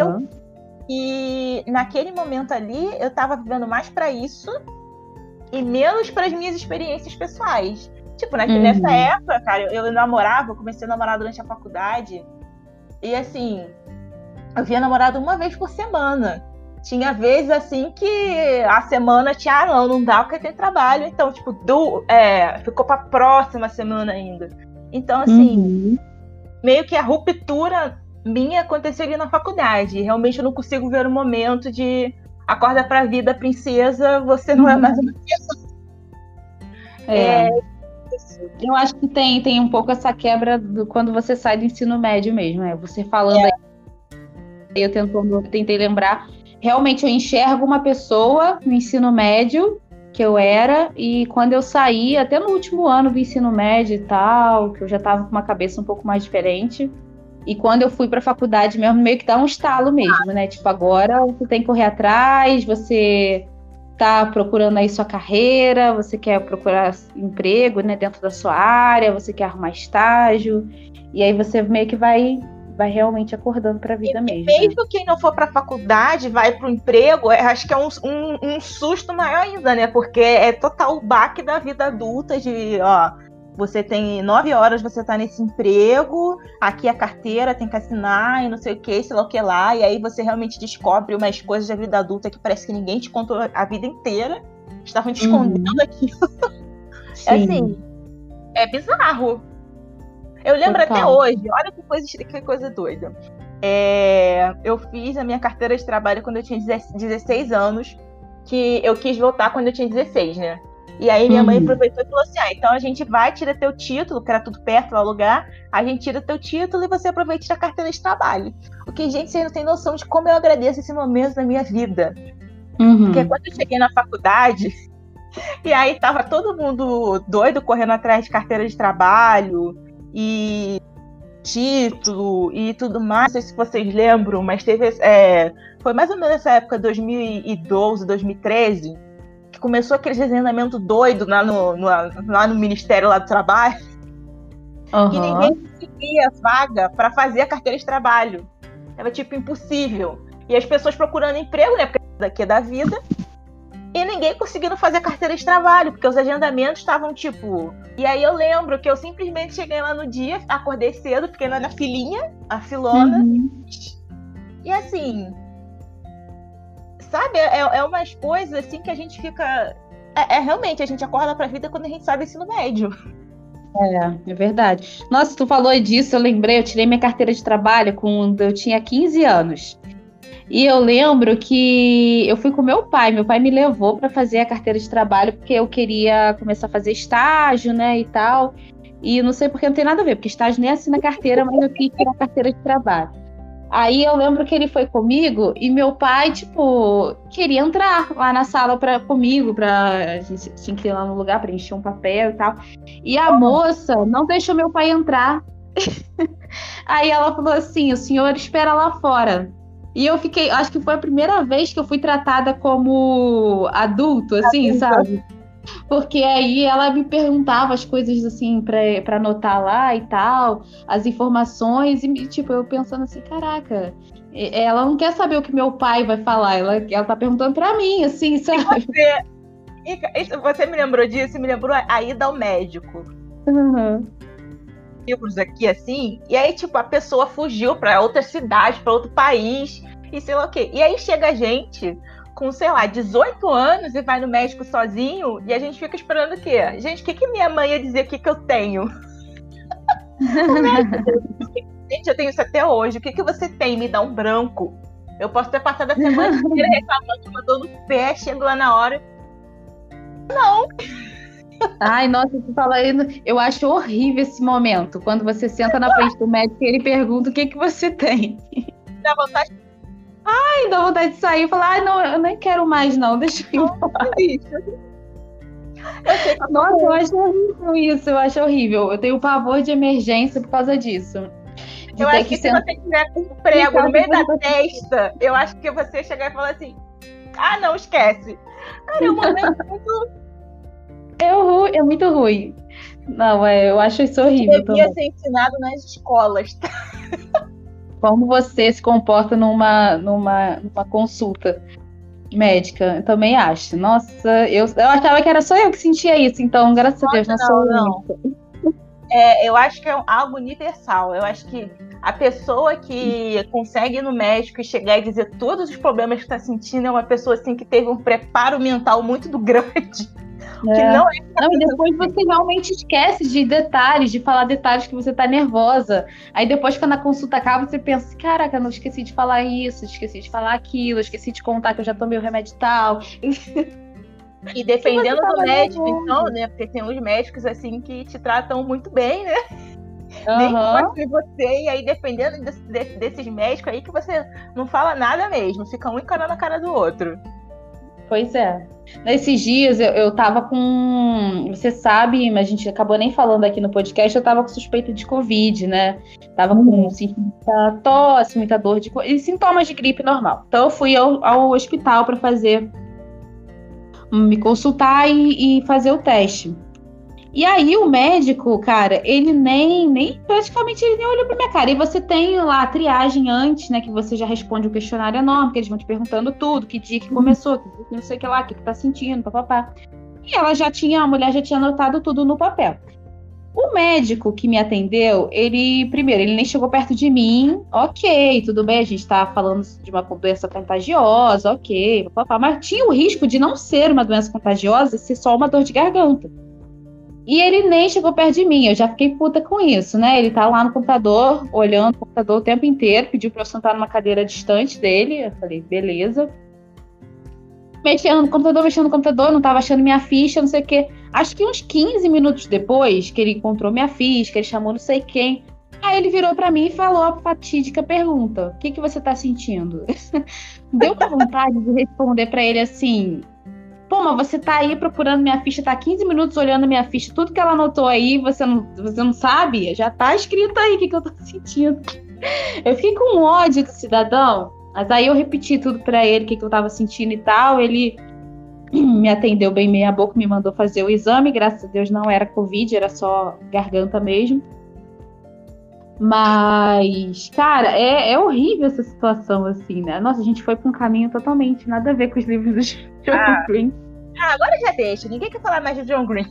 E naquele momento ali, eu tava vivendo mais pra isso e menos para as minhas experiências pessoais. Tipo, nessa época, cara, eu namorava, eu comecei a namorar durante a faculdade. E assim, eu via namorado uma vez por semana. Tinha vezes assim que a semana tinha, não dá porque tem trabalho. Então, tipo, ficou pra próxima semana ainda. Então, assim, meio que a ruptura minha aconteceu ali na faculdade. Realmente eu não consigo ver o momento de acorda pra vida, princesa, você não é mais uma criança. Eu acho que tem um pouco essa quebra quando você sai do ensino médio mesmo. Você falando aí, eu tentei lembrar. Realmente eu enxergo uma pessoa no ensino médio que eu era, e quando eu saí, até no último ano do ensino médio e tal, que eu já estava com uma cabeça um pouco mais diferente, E quando eu fui para a faculdade mesmo, meio que dá um estalo mesmo, né? Tipo, agora você tem que correr atrás, você tá procurando aí sua carreira, você quer procurar emprego, né, dentro da sua área, você quer arrumar estágio, e aí você meio que vai realmente acordando para a vida mesmo. Mesmo quem não for para a faculdade, vai para o emprego, acho que é um susto maior ainda, né? Porque é total baque da vida adulta de, ó, você tem 9 horas, você tá nesse emprego, aqui a carteira tem que assinar e não sei o que, sei lá o que lá, e aí você realmente descobre umas coisas da vida adulta que parece que ninguém te contou a vida inteira, estavam te escondendo aquilo. Assim, é bizarro. Eu lembro até hoje, olha que coisa doida. Eu fiz a minha carteira de trabalho quando eu tinha 16 anos, que eu quis voltar quando eu tinha 16, né? E aí minha mãe aproveitou e falou assim, então a gente vai, tira teu título, que era tudo perto lá, lugar, a gente tira teu título e você aproveita a carteira de trabalho. Porque, gente, vocês não têm noção de como eu agradeço esse momento da minha vida. Porque quando eu cheguei na faculdade, e aí tava todo mundo doido correndo atrás de carteira de trabalho e título e tudo mais, não sei se vocês lembram, mas foi mais ou menos nessa época, 2012, 2013, que começou aquele agendamento doido lá no Ministério lá do Trabalho, e ninguém conseguia vaga para fazer a carteira de trabalho. Era tipo impossível. E as pessoas procurando emprego, né, porque daqui é da vida, e ninguém conseguindo fazer a carteira de trabalho, porque os agendamentos estavam tipo... E aí eu lembro que eu simplesmente cheguei lá no dia, acordei cedo, fiquei lá na filinha, a filona, e assim... Sabe, é umas coisas assim que a gente fica... Realmente, a gente acorda pra vida quando a gente sabe ensino médio. É verdade. Nossa, tu falou disso, eu lembrei, eu tirei minha carteira de trabalho quando eu tinha 15 anos. E eu lembro que eu fui com meu pai me levou para fazer a carteira de trabalho, porque eu queria começar a fazer estágio, né, e tal. E não sei porque não tem nada a ver, porque estágio nem assina carteira, mas eu quis tirar a carteira de trabalho. Aí eu lembro que ele foi comigo e meu pai, tipo, queria entrar lá na sala comigo, a gente tinha que ir lá no lugar para encher um papel e tal. E a moça não deixou meu pai entrar. Aí ela falou assim, o senhor espera lá fora. E eu fiquei, acho que foi a primeira vez que eu fui tratada como adulto, assim, sabe? Porque aí ela me perguntava as coisas, assim, pra anotar lá e tal, as informações, e, tipo, eu pensando assim, caraca, ela não quer saber o que meu pai vai falar, ela tá perguntando pra mim, assim, sabe? Você me lembrou disso, me lembrou a ida ao médico. Livros aqui, assim, e aí, tipo, a pessoa fugiu pra outra cidade, pra outro país, e sei lá o quê. E aí chega a gente com, sei lá, 18 anos e vai no médico sozinho, e a gente fica esperando o quê? Gente, o que minha mãe ia dizer, o que eu tenho? O médico, gente, eu tenho isso até hoje, o que você tem? Me dá um branco. Eu posso ter passado a semana inteira reclamando de uma dor no pé, chego lá na hora. Não! Ai, nossa, tu fala aí, eu acho horrível esse momento, quando você senta na frente do médico e ele pergunta o que você tem. Dá vontade. Ai, dá vontade de sair e falar, não, eu nem quero mais não, deixa eu ir embora. Nossa, eu acho horrível isso, eu acho horrível. Eu tenho pavor de emergência por causa disso. Eu acho que se você tiver com um prego no meio da testa, eu acho que você chegar e falar assim, não, esquece. Cara, é um momento muito... É muito ruim. Não, eu acho isso horrível. Devia ser ensinado nas escolas. Como você se comporta numa consulta médica, eu também acho. Nossa, eu achava que era só eu que sentia isso, então, graças a Deus, não. Eu acho que é algo universal. Eu acho que a pessoa que consegue ir no médico e chegar e dizer todos os problemas que está sentindo é uma pessoa assim, que teve um preparo mental muito grande. E depois você realmente esquece de detalhes, de falar detalhes que você tá nervosa. Aí depois, quando a consulta acaba, você pensa assim, caraca, não esqueci de falar isso, esqueci de falar aquilo, esqueci de contar que eu já tomei o remédio e tal. E dependendo do médico, então, né? Porque tem uns médicos assim que te tratam muito bem, né? Nem gostam de você, e aí dependendo desses médicos aí que você não fala nada mesmo, fica um encarando a cara do outro. Pois é. Nesses dias eu tava com. Você sabe, mas a gente acabou nem falando aqui no podcast, eu tava com suspeita de Covid, né? Tava com muita tosse, muita dor e sintomas de gripe normal. Então eu fui ao hospital para me consultar e fazer o teste. E aí o médico, cara, ele praticamente ele nem olhou pra minha cara. E você tem lá a triagem antes, né, que você já responde o questionário enorme, que eles vão te perguntando tudo, que dia que começou, que não sei o que lá, o que tá sentindo, papapá. E a mulher já tinha anotado tudo no papel. O médico que me atendeu, ele nem chegou perto de mim, ok, tudo bem, a gente tá falando de uma doença contagiosa, ok, papapá, mas tinha o risco de não ser uma doença contagiosa, ser só uma dor de garganta. E ele nem chegou perto de mim, eu já fiquei puta com isso, né? Ele tá lá no computador, olhando o computador o tempo inteiro, pediu pra eu sentar numa cadeira distante dele, eu falei, beleza. Mexendo no computador, não tava achando minha ficha, não sei o quê. Acho que uns 15 minutos depois, que ele encontrou minha ficha, que ele chamou não sei quem, aí ele virou pra mim e falou a fatídica pergunta, o que você tá sentindo? Deu uma vontade de responder pra ele assim... Pô, mas você tá aí procurando minha ficha, tá 15 minutos olhando minha ficha, tudo que ela anotou aí, você não sabe? Já tá escrito aí o que eu tô sentindo. Eu fiquei com ódio do cidadão, mas aí eu repeti tudo pra ele, o que eu tava sentindo e tal, ele me atendeu bem meia boca, me mandou fazer o exame, graças a Deus não era Covid, era só garganta mesmo. Mas, cara, é horrível essa situação, assim, né? Nossa, a gente foi pra um caminho totalmente nada a ver com os livros do John Green. Agora já deixa, ninguém quer falar mais de John Green.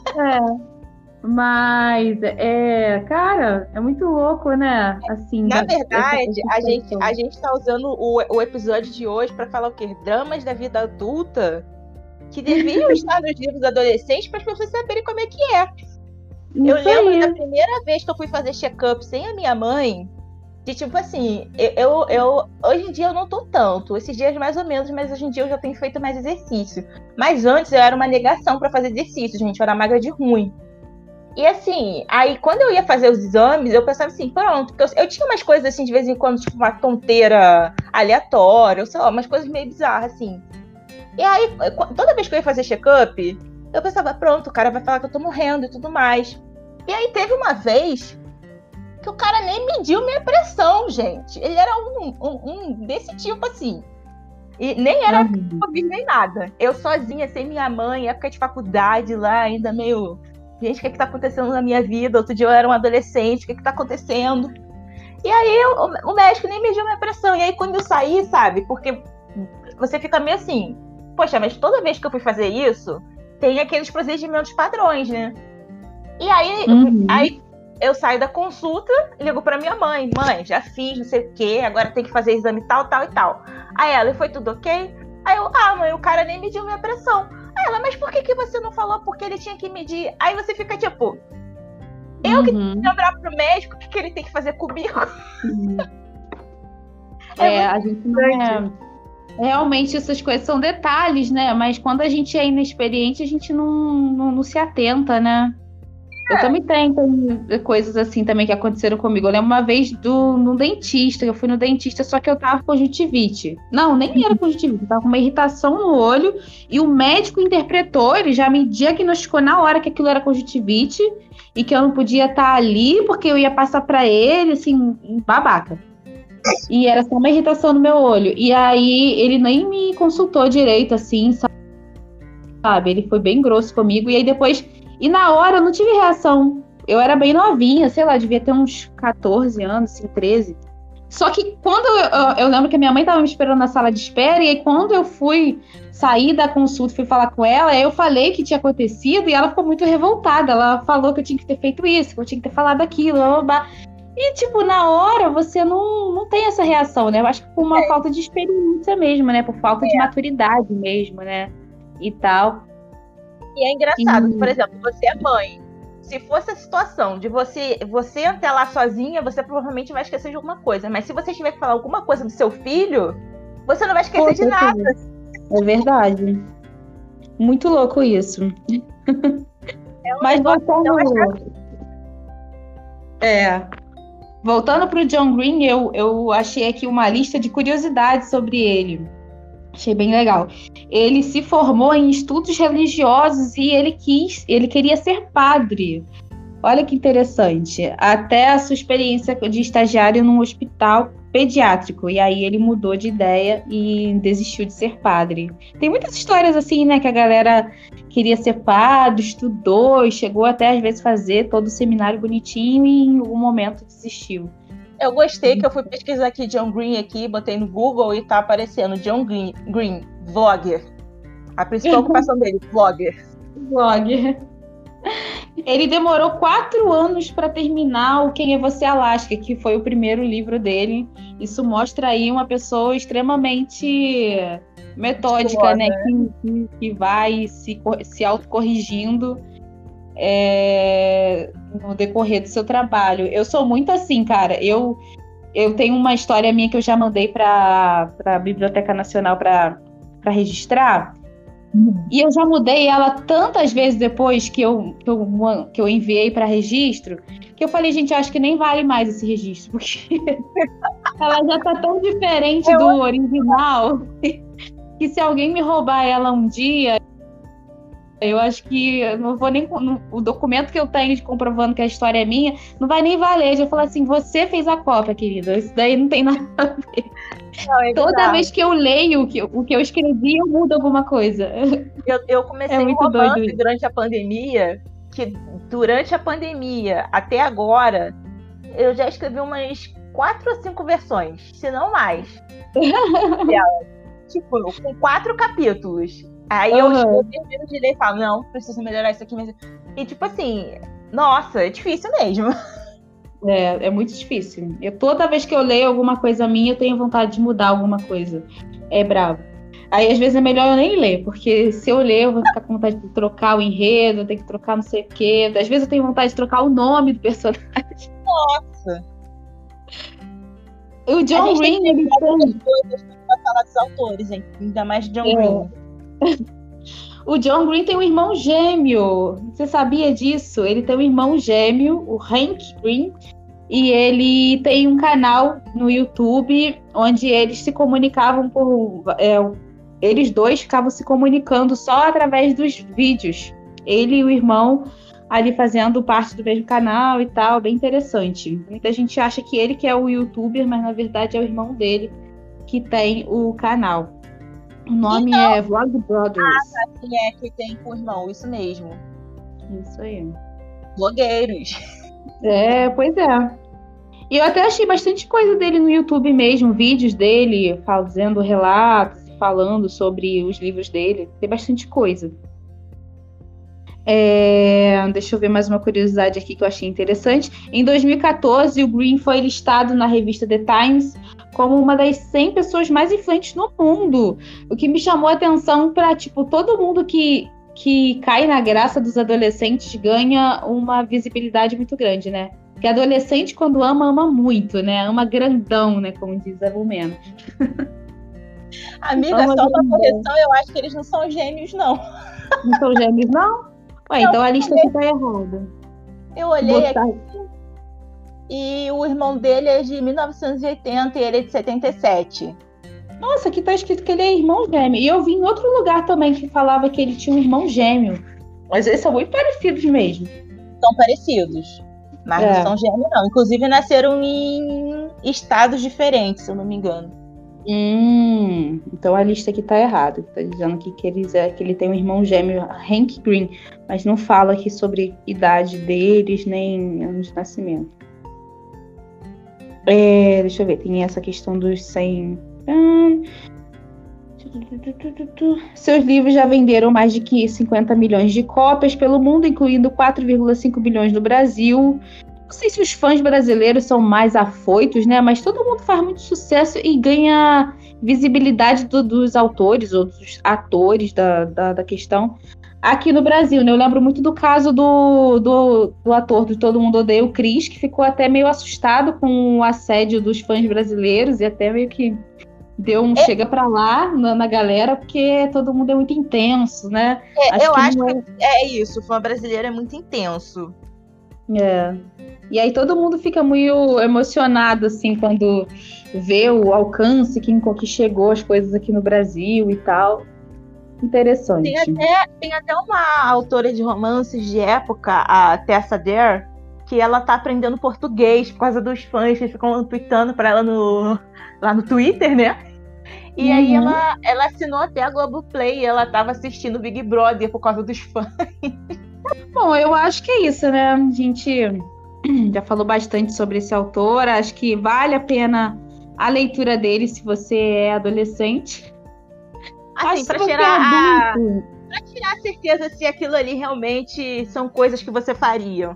Mas, cara, é muito louco, né? Assim, na verdade, a gente tá usando o episódio de hoje pra falar o quê? Dramas da vida adulta que deviam estar nos livros adolescentes para as pessoas saberem como é que é. Eu lembro da primeira vez que eu fui fazer check-up sem a minha mãe, de tipo assim, eu hoje em dia eu não tô tanto, esses dias mais ou menos, mas hoje em dia eu já tenho feito mais exercício. Mas antes eu era uma negação pra fazer exercício, gente, eu era magra de ruim. E assim, aí quando eu ia fazer os exames, eu pensava assim, pronto, porque eu tinha umas coisas assim, de vez em quando, tipo uma tonteira aleatória, ou sei lá, umas coisas meio bizarras, assim. E aí, toda vez que eu ia fazer check-up, eu pensava, pronto, o cara vai falar que eu tô morrendo e tudo mais. E aí teve uma vez que o cara nem mediu minha pressão, gente. Ele era um desse tipo, assim. E nem era Covid nem nada. Eu sozinha, sem minha mãe, época de faculdade lá, ainda meio... Gente, o que tá acontecendo na minha vida? Outro dia eu era um adolescente, o que tá acontecendo? E aí o médico nem mediu minha pressão. E aí quando eu saí, sabe? Porque você fica meio assim... Poxa, mas toda vez que eu fui fazer isso, tem aqueles procedimentos padrões, né? E aí, aí eu saio da consulta, ligo pra minha mãe. Mãe, já fiz, não sei o quê, agora tem que fazer exame tal, tal e tal. Aí ela, foi tudo ok? Aí eu, mãe, o cara nem mediu minha pressão. Aí ela, mas por que você não falou porque ele tinha que medir? Aí você fica tipo, eu que tenho que lembrar pro médico o que ele tem que fazer comigo. A gente não é... Realmente essas coisas são detalhes, né? Mas quando a gente é inexperiente, a gente não se atenta, né? Eu também tenho coisas assim também que aconteceram comigo. Eu lembro uma vez no dentista, eu fui no dentista, só que eu tava com conjuntivite. Não, nem era conjuntivite, eu tava com uma irritação no olho e o médico interpretou, ele já me diagnosticou na hora que aquilo era conjuntivite e que eu não podia estar ali porque eu ia passar pra ele, assim, babaca. E era só uma irritação no meu olho. E aí ele nem me consultou direito, assim, sabe? Ele foi bem grosso comigo. E aí depois... E na hora eu não tive reação. Eu era bem novinha, sei lá, devia ter uns 14 anos, assim, 13. Só que quando eu lembro que a minha mãe tava me esperando na sala de espera. E aí quando eu fui sair da consulta, fui falar com ela, eu falei que tinha acontecido. E ela ficou muito revoltada. Ela falou que eu tinha que ter feito isso, que eu tinha que ter falado aquilo, blá, blá, blá. E, tipo, na hora, você não tem essa reação, né? Eu acho que por uma falta de experiência mesmo, né? Por falta de maturidade mesmo, né? E tal. E é engraçado, por exemplo, você é mãe. Se fosse a situação de você até lá sozinha, você provavelmente vai esquecer de alguma coisa. Mas se você tiver que falar alguma coisa do seu filho, você não vai esquecer de nada. É verdade. Muito louco isso. Mas voltando pro John Green, eu achei aqui uma lista de curiosidades sobre ele. Achei bem legal. ele se formou em estudos religiosos e ele queria ser padre. Olha que interessante. Até a sua experiência de estagiário num hospital pediátrico. E aí ele mudou de ideia e desistiu de ser padre. Tem muitas histórias assim, né? Que a galera queria ser padre, estudou e chegou até às vezes fazer todo o seminário bonitinho e em algum momento desistiu. Eu gostei que eu fui pesquisar aqui John Green aqui, botei no Google e tá aparecendo John Green, vlogger. A principal ocupação dele, vlogger. Vlogger. Ele demorou 4 anos para terminar o Quem é Você, Alaska, que foi o primeiro livro dele. Isso mostra aí uma pessoa extremamente metódica, né? Que vai se autocorrigindo no decorrer do seu trabalho. Eu sou muito assim, cara. Eu tenho uma história minha que eu já mandei para a Biblioteca Nacional para registrar. E eu já mudei ela tantas vezes depois que eu enviei para registro, que eu falei, gente, eu acho que nem vale mais esse registro, porque ela já tá tão diferente do original que se alguém me roubar ela um dia, eu acho que eu não vou nem. O documento que eu tenho de comprovando que a história é minha não vai nem valer. Eu falo assim, você fez a cópia, querida. Isso daí não tem nada a ver. Não, toda vez que eu leio o que eu escrevi, eu mudo alguma coisa. Eu comecei um romance durante a pandemia, que durante a pandemia até agora, eu já escrevi umas 4 ou 5 versões, se não mais. Tipo, com 4 capítulos. Aí eu termino de ler e falo, não, preciso melhorar isso aqui mesmo. E tipo assim, nossa, é difícil mesmo. É muito difícil. Toda vez que eu leio alguma coisa minha, eu tenho vontade de mudar alguma coisa. É bravo. Aí às vezes é melhor eu nem ler, porque se eu ler, eu vou ficar com vontade de trocar o enredo, ter que trocar não sei o quê. Às vezes eu tenho vontade de trocar o nome do personagem. Nossa! O John Green, ele tem coisas pra falar dos autores, hein? Ainda mais John Green. O John Green tem um irmão gêmeo. Você sabia disso? Ele tem um irmão gêmeo, o Hank Green, e ele tem um canal no YouTube onde eles se comunicavam eles dois ficavam se comunicando só através dos vídeos. Ele e o irmão ali fazendo parte do mesmo canal e tal, bem interessante. Muita gente acha que ele que é o youtuber, mas na verdade é o irmão dele que tem o canal. O nome é Vlog Brothers. Sim, que tem com o irmão, isso mesmo. Isso aí. Blogueiros. Pois é. E eu até achei bastante coisa dele no YouTube mesmo, vídeos dele fazendo relatos, falando sobre os livros dele. Tem bastante coisa. Deixa eu ver mais uma curiosidade aqui que eu achei interessante. Em 2014, o Green foi listado na revista The Times como uma das 100 pessoas mais influentes no mundo. O que me chamou a atenção para, todo mundo que cai na graça dos adolescentes ganha uma visibilidade muito grande, né? Porque adolescente, quando ama muito, né? Ama grandão, né? Como diz a Lumena. Amiga, só uma correção, eu acho que eles não são gêmeos, não. Não são gêmeos, não? Ué, então a lista aqui tá errada. Eu olhei aqui e o irmão dele é de 1980 e ele é de 77. Nossa, aqui tá escrito que ele é irmão gêmeo. E eu vi em outro lugar também que falava que ele tinha um irmão gêmeo. Mas eles são muito parecidos mesmo. São parecidos, mas não são gêmeos, não. Inclusive nasceram em estados diferentes, se eu não me engano. Então a lista aqui tá errada. Tá dizendo aqui que ele tem um irmão gêmeo, Hank Green, mas não fala aqui sobre idade deles, nem ano de nascimento. Deixa eu ver, tem essa questão dos 100. Seus livros já venderam mais de 50 milhões de cópias pelo mundo, incluindo 4,5 bilhões no Brasil. Não sei se os fãs brasileiros são mais afoitos, né? Mas todo mundo faz muito sucesso e ganha visibilidade dos autores ou dos atores da questão aqui no Brasil, né? Eu lembro muito do caso do ator do Todo Mundo Odeia o Chris, que ficou até meio assustado com o assédio dos fãs brasileiros e até meio que deu um chega pra lá na galera, porque todo mundo é muito intenso, né? Eu acho que é isso, o fã brasileiro é muito intenso. E aí todo mundo fica muito emocionado, assim, quando vê o alcance que chegou as coisas aqui no Brasil e tal. interessante. Tem até uma autora de romances de época, a Tessa Dare, que ela tá aprendendo português por causa dos fãs que ficam tweetando pra ela lá no Twitter, né? E aí ela assinou até a Globoplay, ela tava assistindo Big Brother por causa dos fãs. Bom, eu acho que é isso, né? A gente já falou bastante sobre esse autor, acho que vale a pena a leitura dele se você é adolescente. Assim, pra tirar a certeza se aquilo ali realmente são coisas que você faria.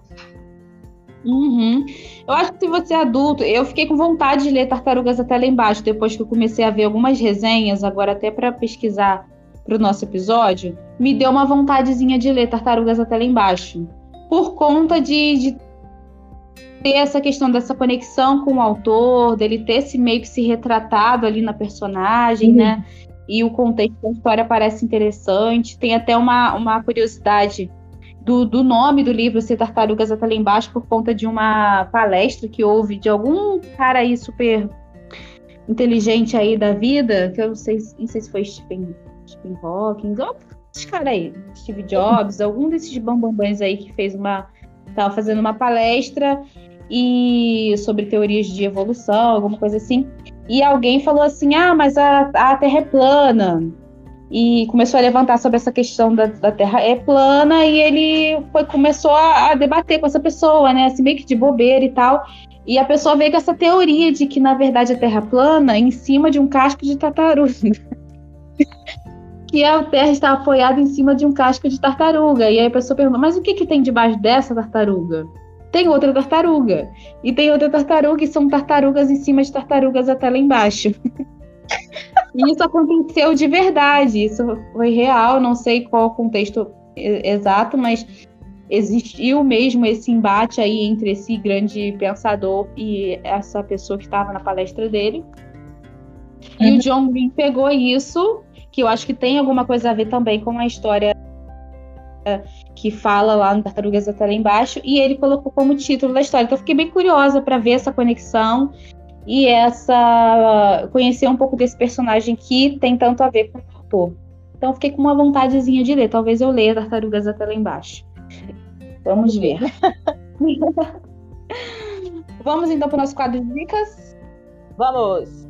Eu acho que se você é adulto, eu fiquei com vontade de ler Tartarugas até lá embaixo, depois que eu comecei a ver algumas resenhas, agora até para pesquisar para o nosso episódio, me deu uma vontadezinha de ler Tartarugas até lá embaixo, por conta de ter essa questão dessa conexão com o autor, dele ter meio que se retratado ali na personagem, né? E o contexto da história parece interessante. Tem até uma curiosidade do nome do livro ser Tartarugas até lá embaixo, por conta de uma palestra que houve de algum cara aí super inteligente aí da vida, que eu não sei se foi Stephen Hawking, ou esse cara aí, Steve Jobs, algum desses bambambãs aí que tava fazendo uma palestra sobre teorias de evolução, alguma coisa assim, e alguém falou assim, mas a Terra é plana, e começou a levantar sobre essa questão da Terra é plana, e ele começou a debater com essa pessoa, né, assim, meio que de bobeira e tal, e a pessoa veio com essa teoria de que, na verdade, a Terra é plana em cima de um casco de tartaruga. Que a Terra está apoiada em cima de um casco de tartaruga. E aí a pessoa pergunta, mas o que tem debaixo dessa tartaruga? Tem outra tartaruga. E tem outra tartaruga, e são tartarugas em cima de tartarugas até lá embaixo. E isso aconteceu de verdade, isso foi real, não sei qual o contexto exato, mas existiu mesmo esse embate aí entre esse grande pensador e essa pessoa que estava na palestra dele. E o John Green pegou isso, que eu acho que tem alguma coisa a ver também com a história que fala lá no Tartarugas até lá embaixo, e ele colocou como título da história. Então eu fiquei bem curiosa para ver essa conexão e conhecer um pouco desse personagem que tem tanto a ver com o autor. Então eu fiquei com uma vontadezinha de ler. Talvez eu leia Tartarugas até lá embaixo. Vamos ver. Vamos então para o nosso quadro de dicas? Vamos!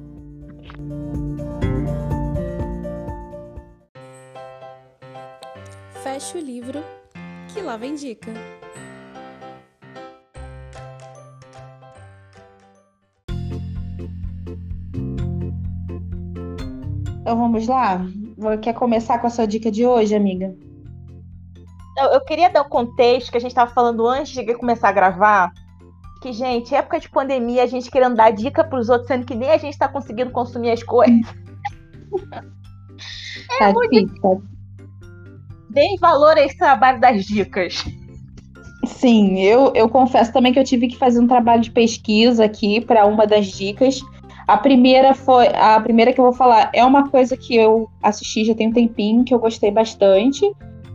Feche o livro, que lá vem dica. Então vamos lá? Quer começar com a sua dica de hoje, amiga? Eu queria dar o contexto que a gente estava falando antes de começar a gravar. Que, gente, época de pandemia, a gente querendo dar dica para os outros, sendo que nem a gente está conseguindo consumir as coisas. Tá difícil. Deem valor a esse trabalho das dicas. Sim, eu confesso também que eu tive que fazer um trabalho de pesquisa aqui para uma das dicas. A primeira que eu vou falar é uma coisa que eu assisti já tem um tempinho, que eu gostei bastante.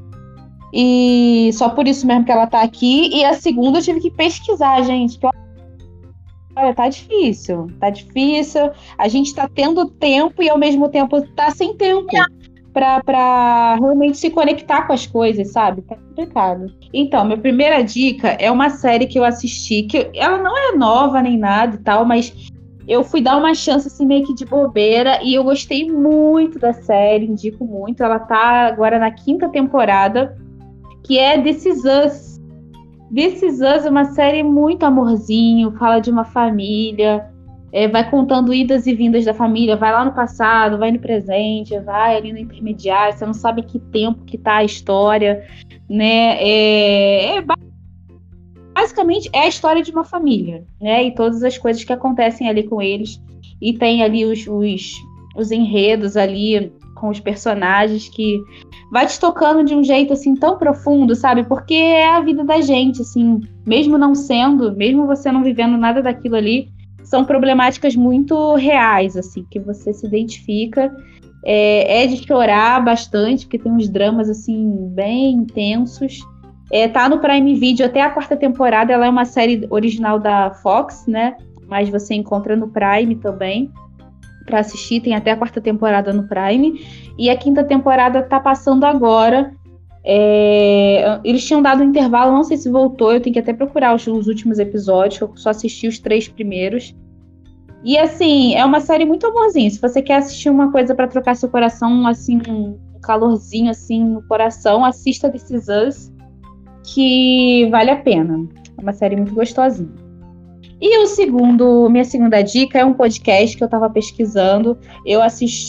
E só por isso mesmo que ela tá aqui. E a segunda eu tive que pesquisar, gente. Olha, tá difícil. A gente tá tendo tempo e ao mesmo tempo tá sem tempo pra realmente se conectar com as coisas, sabe? Tá complicado. Então, minha primeira dica é uma série que eu assisti, que ela não é nova nem nada e tal, mas eu fui dar uma chance assim meio que de bobeira e eu gostei muito da série, indico muito. Ela tá agora na 5ª temporada, que é This Is Us. This Is Us é uma série muito amorzinho, fala de uma família, vai contando idas e vindas da família, vai lá no passado, vai no presente, vai ali no intermediário, você não sabe que tempo que tá a história, né? Basicamente é a história de uma família, né? E todas as coisas que acontecem ali com eles. E tem ali os enredos ali com os personagens que vai te tocando de um jeito assim tão profundo, sabe? Porque é a vida da gente, assim, mesmo você não vivendo nada daquilo ali, são problemáticas muito reais, assim, que você se identifica. É de chorar bastante, porque tem uns dramas, assim, bem intensos. Tá no Prime Video até a 4ª temporada, ela é uma série original da Fox, né? Mas você encontra no Prime também. para assistir, tem até a 4ª temporada no Prime, e a 5ª temporada tá passando agora. Eles tinham dado um intervalo, não sei se voltou, eu tenho que até procurar os últimos episódios, eu só assisti os 3 primeiros. E assim, é uma série muito amorzinha. Se você quer assistir uma coisa para trocar seu coração, assim, um calorzinho assim no coração, assista This Is Us, que vale a pena. É uma série muito gostosinha. E minha segunda dica é um podcast que eu estava pesquisando. Eu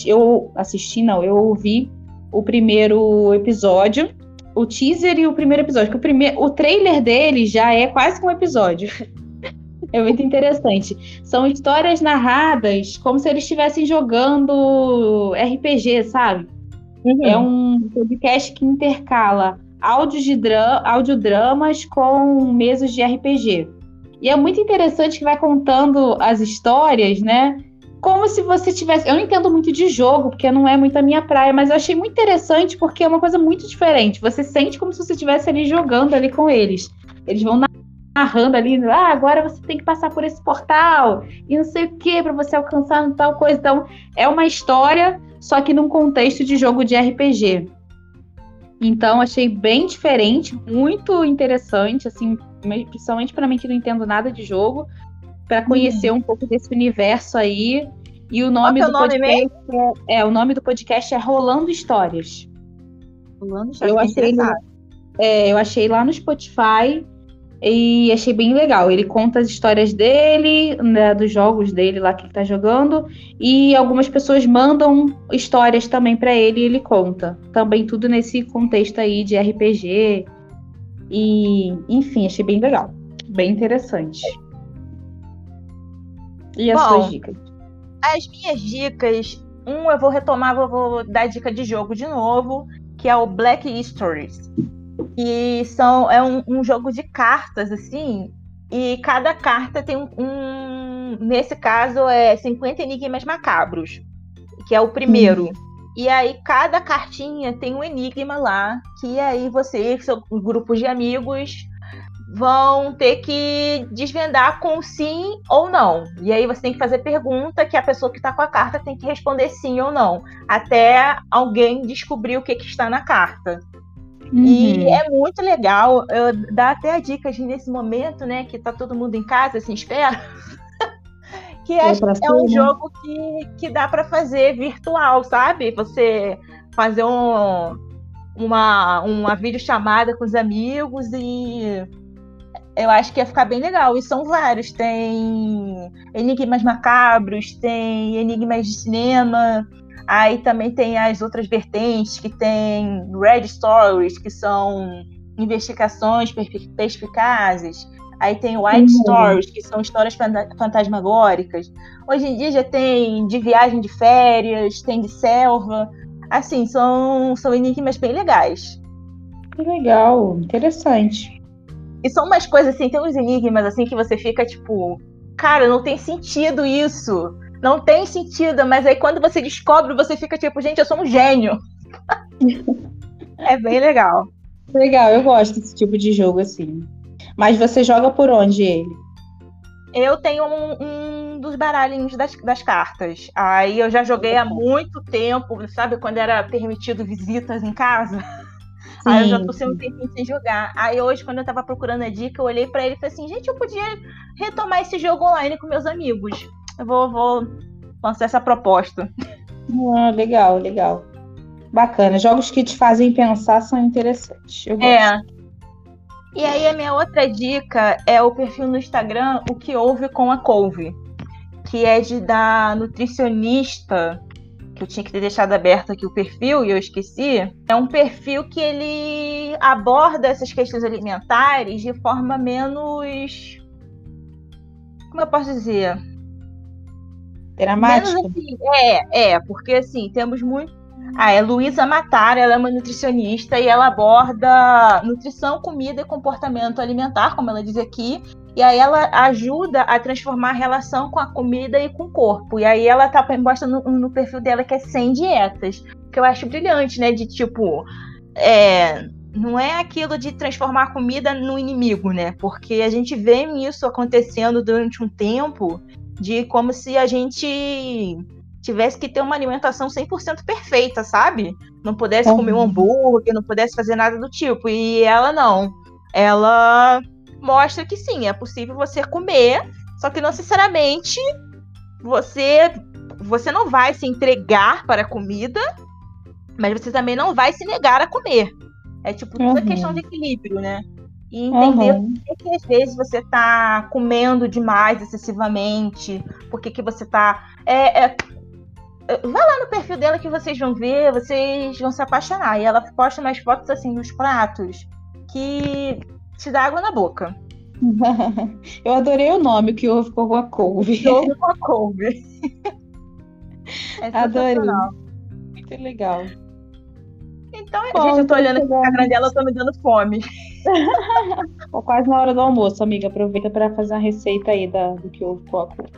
ouvi o primeiro episódio, o teaser e o primeiro episódio. O trailer dele já é quase um episódio. É muito interessante. São histórias narradas como se eles estivessem jogando RPG, sabe? Uhum. É um podcast que intercala audiodramas com mesas de RPG. E é muito interessante que vai contando as histórias, né? Como se você tivesse... Eu não entendo muito de jogo, porque não é muito a minha praia, mas eu achei muito interessante porque é uma coisa muito diferente. Você sente como se você estivesse ali jogando ali com eles. Eles vão narrando ali, agora você tem que passar por esse portal e não sei o que para você alcançar tal coisa. Então, é uma história, só que num contexto de jogo de RPG. Então, achei bem diferente, muito interessante, assim, principalmente para mim que não entendo nada de jogo, para conhecer um pouco desse universo aí. E o nome do podcast o nome do podcast é Rolando Histórias. Rolando Histórias. Eu achei lá no Spotify e achei bem legal. Ele conta as histórias dele, né, dos jogos dele lá que ele tá jogando, e algumas pessoas mandam histórias também para ele e ele conta. Também tudo nesse contexto aí de RPG. E, enfim, achei bem legal. Bem interessante. E as suas dicas? As minhas dicas, eu vou retomar, vou dar dica de jogo de novo, que é o Black Stories. E é um jogo de cartas, assim, e cada carta tem nesse caso, 50 enigmas macabros, que é o primeiro. E aí, cada cartinha tem um enigma lá, que aí você, seu grupo de amigos, vão ter que desvendar com sim ou não. E aí você tem que fazer pergunta que a pessoa que está com a carta tem que responder sim ou não, até alguém descobrir o que está na carta. E é muito legal. Eu dá até a dica nesse momento, né, que tá todo mundo em casa, assim, espera. Que é um jogo que dá para fazer virtual, sabe? Você fazer uma videochamada com os amigos, e eu acho que ia ficar bem legal. E são vários. Tem enigmas macabros, tem enigmas de cinema. Aí também tem as outras vertentes, que tem Red Stories, que são investigações perspicazes. Aí tem White Stories, que são histórias fantasmagóricas. Hoje em dia já tem de viagem de férias, tem de selva. Assim, são enigmas bem legais. Que legal, interessante. E são umas coisas assim, tem uns enigmas assim que você fica tipo, cara, não tem sentido isso. Não tem sentido, mas aí quando você descobre, você fica tipo, gente, eu sou um gênio. É bem legal. Legal, eu gosto desse tipo de jogo assim. Mas você joga por onde ele? Eu tenho um dos baralhinhos das cartas. Aí eu já joguei há muito tempo, sabe? Quando era permitido visitas em casa. Sim. Aí eu já tô sem um tempinho sem jogar. Aí hoje, quando eu tava procurando a dica, eu olhei pra ele e falei assim, gente, eu podia retomar esse jogo online com meus amigos. Eu vou lançar essa proposta. Legal, legal. Bacana. Jogos que te fazem pensar são interessantes. Eu gosto. E aí a minha outra dica é o perfil no Instagram, O Que Houve com a Couve, que é da nutricionista, que eu tinha que ter deixado aberto aqui o perfil e eu esqueci. É um perfil que ele aborda essas questões alimentares de forma menos... Como eu posso dizer? Dramática? Menos assim, porque assim, temos muito... é Luísa Matara, ela é uma nutricionista e ela aborda nutrição, comida e comportamento alimentar, como ela diz aqui, e aí ela ajuda a transformar a relação com a comida e com o corpo. E aí ela posta no perfil dela que é Sem Dietas, que eu acho brilhante, né, de tipo, não é aquilo de transformar a comida no inimigo, né, porque a gente vê isso acontecendo durante um tempo, de como se a gente tivesse que ter uma alimentação 100% perfeita, sabe? Não pudesse comer um hambúrguer, não pudesse fazer nada do tipo. E ela não. Ela mostra que sim, é possível você comer, só que não necessariamente você não vai se entregar para a comida, mas você também não vai se negar a comer. É tipo, tudo é questão de equilíbrio, né? E entender por que às vezes você tá comendo demais excessivamente, por que você tá... Vai lá no perfil dela que vocês vão ver, vocês vão se apaixonar. E ela posta umas fotos assim nos pratos que te dá água na boca. Eu adorei o nome, que ovo com a couve. Ovo com a couve. Adorei. Muito legal. Então, gente, eu tô olhando aqui o Instagram dela, eu tô me dando fome. Tô quase na hora do almoço, amiga. Aproveita para fazer uma receita aí do que ovo com a couve.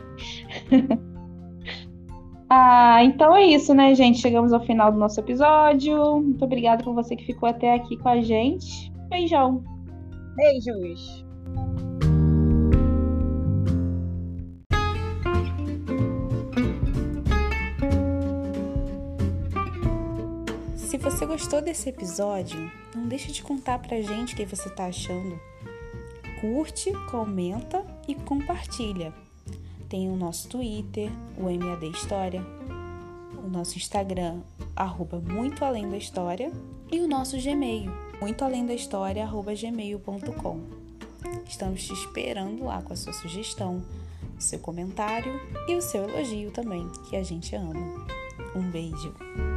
Então é isso, né, gente? Chegamos ao final do nosso episódio. Muito obrigada por você que ficou até aqui com a gente. Beijão. Beijos. Se você gostou desse episódio, não deixe de contar pra gente o que você tá achando. Curte, comenta e compartilha. Tem o nosso Twitter, o MAD História, o nosso Instagram, @muitoalemdahistoria, e o nosso Gmail, muitoalemdahistoria@gmail.com. Estamos te esperando lá com a sua sugestão, o seu comentário e o seu elogio também, que a gente ama. Um beijo!